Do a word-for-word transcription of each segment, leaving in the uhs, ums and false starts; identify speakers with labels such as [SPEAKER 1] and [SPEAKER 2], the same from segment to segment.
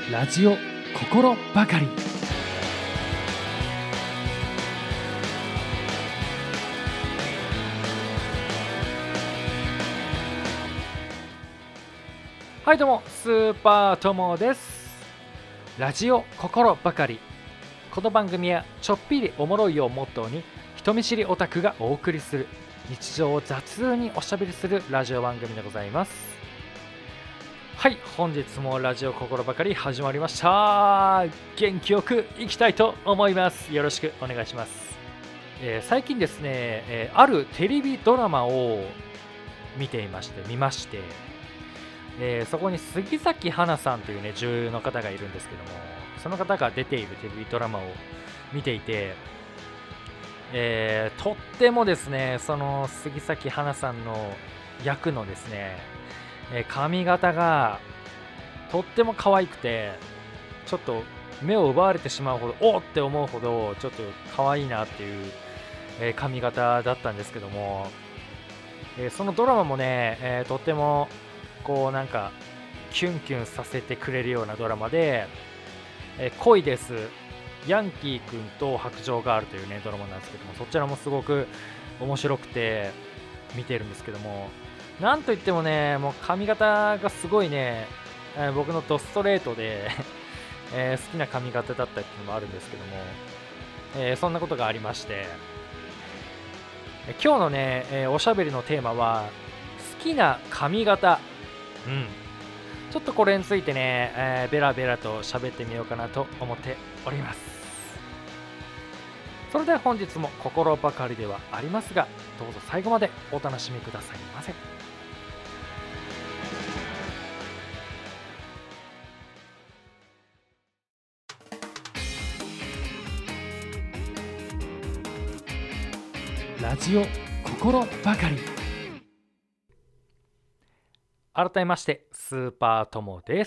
[SPEAKER 1] ラジオ心ばかり。はいどうも、スーパーともです。ラジオ心ばかり。この番組はちょっぴりおもろいをモットーに、人見知りオタクがお送りする日常を雑におしゃべりするラジオ番組でございます。はい、本日もラジオ心ばかり始まりました。元気よくいきたいと思います。よろしくお願いします。えー最近ですね、えーあるテレビドラマを見ていまして見まして、えーそこに杉咲花さんというね女優の方がいるんですけども、その方が出ているテレビドラマを見ていて、えーとってもですね、その杉咲花さんの役のですね、えー髪型がとっても可愛くて、ちょっと目を奪われてしまうほど、おーって思うほどちょっと可愛いなっていう、えー髪型だったんですけども、えーそのドラマもね、えーとってもこうなんかキュンキュンさせてくれるようなドラマで、えー恋です、ヤンキーくんと白杖ガールというねドラマなんですけども、そちらもすごく面白くて見てるんですけども、なんといってもね、もう髪型がすごいね、えー僕のドストレートで、えー好きな髪型だったっていうのもあるんですけども、えーそんなことがありまして、えー今日のね、えーおしゃべりのテーマは好きな髪型。うん。ちょっとこれについてね、えーベラベラと喋ってみようかなと思っております。それでは本日も心ばかりではありますが、どうぞ最後までお楽しみくださいませ。ラジオ心ばかり。改めましてスーパーともです。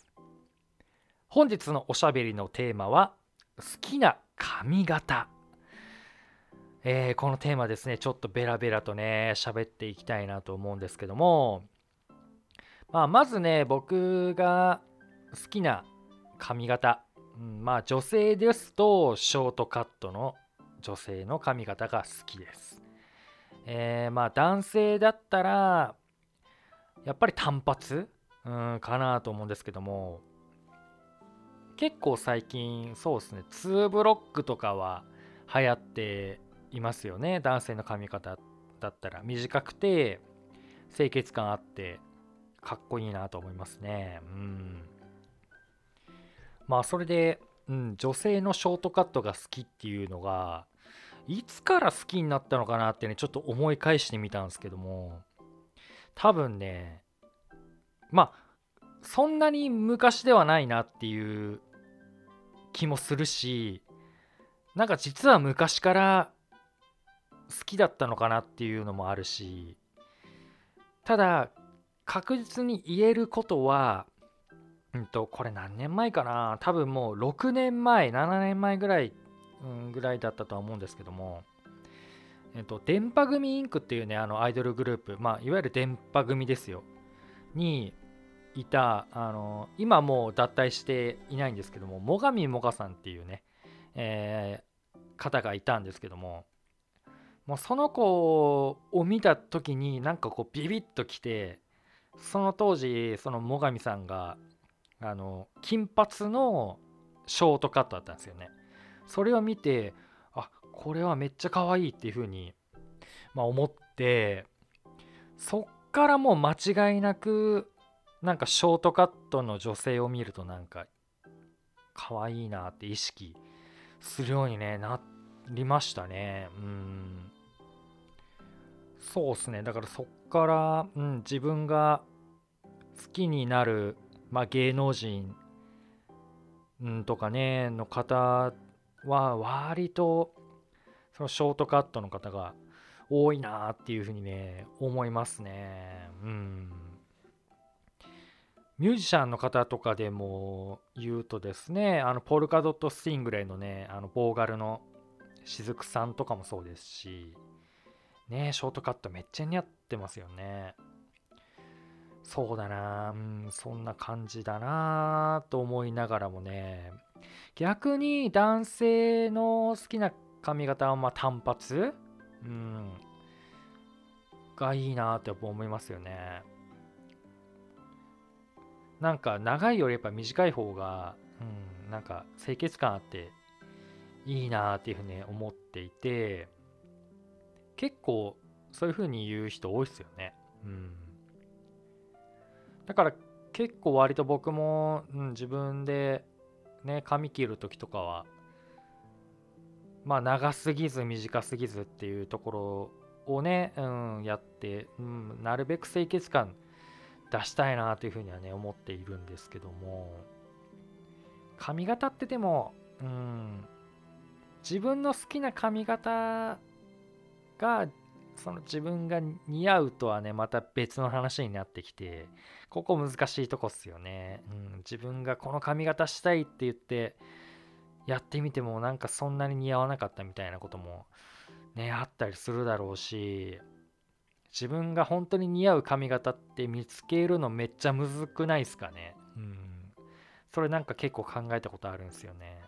[SPEAKER 1] 本日のおしゃべりのテーマは好きな髪型。えーこのテーマですね、ちょっとベラベラとね喋っていきたいなと思うんですけども、まあ、まずね、僕が好きな髪型、うん、まあ女性ですとショートカットの女性の髪型が好きです。えーまあ男性だったらやっぱり単発、うん、かなと思うんですけども、結構最近そうですね、ツーブロックとかは流行っていますよね。男性の髪型だったら短くて清潔感あってかっこいいなと思いますね。うん。まあそれで、うん、女性のショートカットが好きっていうのがいつから好きになったのかなってね、ちょっと思い返してみたんですけども、多分ね、まあそんなに昔ではないなっていう気もするし、なんか実は昔から好きだったのかなっていうのもあるし、ただ確実に言えることは、うんとこれ何年前かな、多分もうろくねんまえななねんまえぐらい、うん、ぐらいだったとは思うんですけども、えっと電波組インクっていうね、あのアイドルグループ、まあいわゆる電波組ですよにいた、あの今もう脱退していないんですけども、最上もがさんっていうね、えー方がいたんですけども、もうその子を見た時になんかこうビビッときて、その当時その最上さんがあの金髪のショートカットだったんですよね。それを見て、あ、これはめっちゃ可愛いっていう風に、まあ、思って、そっからもう間違いなくなんかショートカットの女性を見るとなんか可愛いなって意識するように、ね、なりましたね。うん。そうですね。だからそっから、うん、自分が好きになる、まあ、芸能人、うん、とかねの方は割とそのショートカットの方が多いなっていうふうにね思いますね。うん。ミュージシャンの方とかでも言うとですね、あのポルカドット・スティングレイのね、あのボーガルの雫さんとかもそうですし、ね、ショートカットめっちゃ似合ってますよね。 そうだな、うん、そんな感じだなと思いながらもね、逆に男性の好きな髪型はまあ単発、うん、がいいなって思いますよね。なんか長いよりやっぱ短い方が、うん、なんか清潔感あっていいなっていうふうに思っていて、結構そういうふうに言う人多いですよね。うん、だから結構割と僕も、うん、自分でね髪切る時とかはまあ長すぎず短すぎずっていうところをね、うん、やって、うん、なるべく清潔感出したいなというふうにはね思っているんですけども、髪型ってでも、うん、自分の好きな髪型がその自分が似合うとはねまた別の話になってきて、ここ難しいとこっすよね、うん、自分がこの髪型したいって言ってやってみてもなんかそんなに似合わなかったみたいなこともねあったりするだろうし、自分が本当に似合う髪型って見つけるのめっちゃむずくないですかね。うん。それなんか結構考えたことあるんですよね。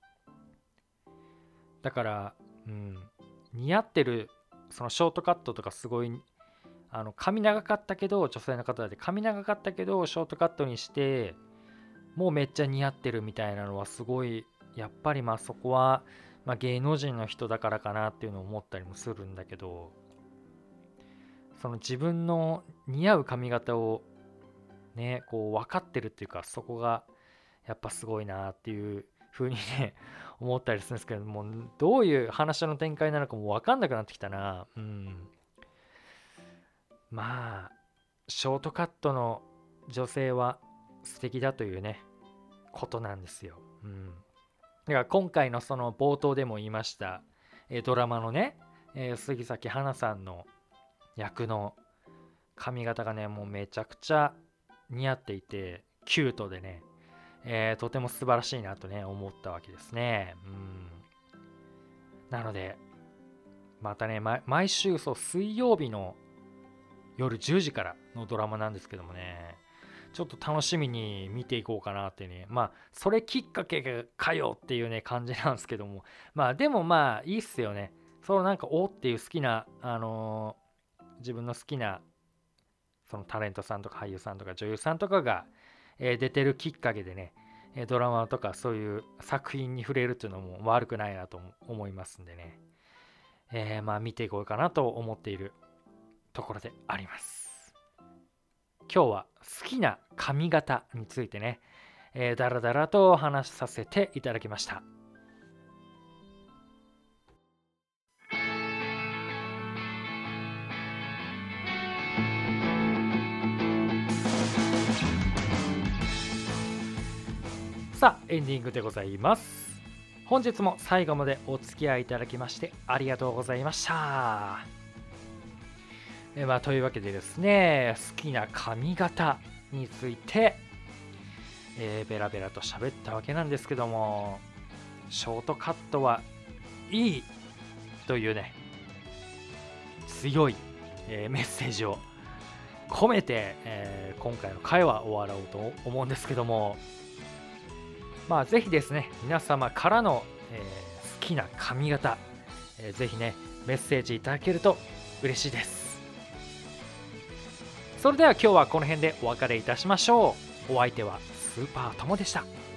[SPEAKER 1] だから、うん、似合ってるそのショートカットとかすごい、あの髪長かったけど、女性の方で髪長かったけどショートカットにしてもうめっちゃ似合ってるみたいなのはすごい、やっぱりまあそこは、まあ、芸能人の人だからかなっていうのを思ったりもするんだけど、その自分の似合う髪型をねこう分かってるっていうか、そこがやっぱすごいなっていう風にね思ったりするんですけども、どういう話の展開なのかも分かんなくなってきたな。うん。まあショートカットの女性は素敵だというねことなんですよ。うん。だから今回のその冒頭でも言いました、えードラマのね、えー杉咲花さんの役の髪型がねもうめちゃくちゃ似合っていてキュートでね、えーとても素晴らしいなとね思ったわけですね。うん。なのでまたね、ま、毎週そう水曜日の夜じゅうじからのドラマなんですけどもね、ちょっと楽しみに見ていこうかなってね、まあそれきっかけかよっていうね感じなんですけども、まあでもまあいいっすよね。そのなんかおっていう好きなあのー自分の好きなそのタレントさんとか俳優さんとか女優さんとかが、えー出てるきっかけでね、えードラマとかそういう作品に触れるっていうのも悪くないなと思いますんでね、えーまあ見ていこうかなと思っているところであります。今日は好きな髪型についてね、えー、だらだらと話させていただきました。さあエンディングでございます。本日も最後までお付き合いいただきましてありがとうございました。えまあ、というわけでですね、好きな髪型について、えーベラベラと喋ったわけなんですけども、ショートカットはいいというね強い、えーメッセージを込めて、えー今回の回は終わろうと思うんですけども、まあぜひですね皆様からの、えー好きな髪型、えーぜひねメッセージいただけると嬉しいです。それでは今日はこの辺でお別れいたしましょう。お相手はスーパーともでした。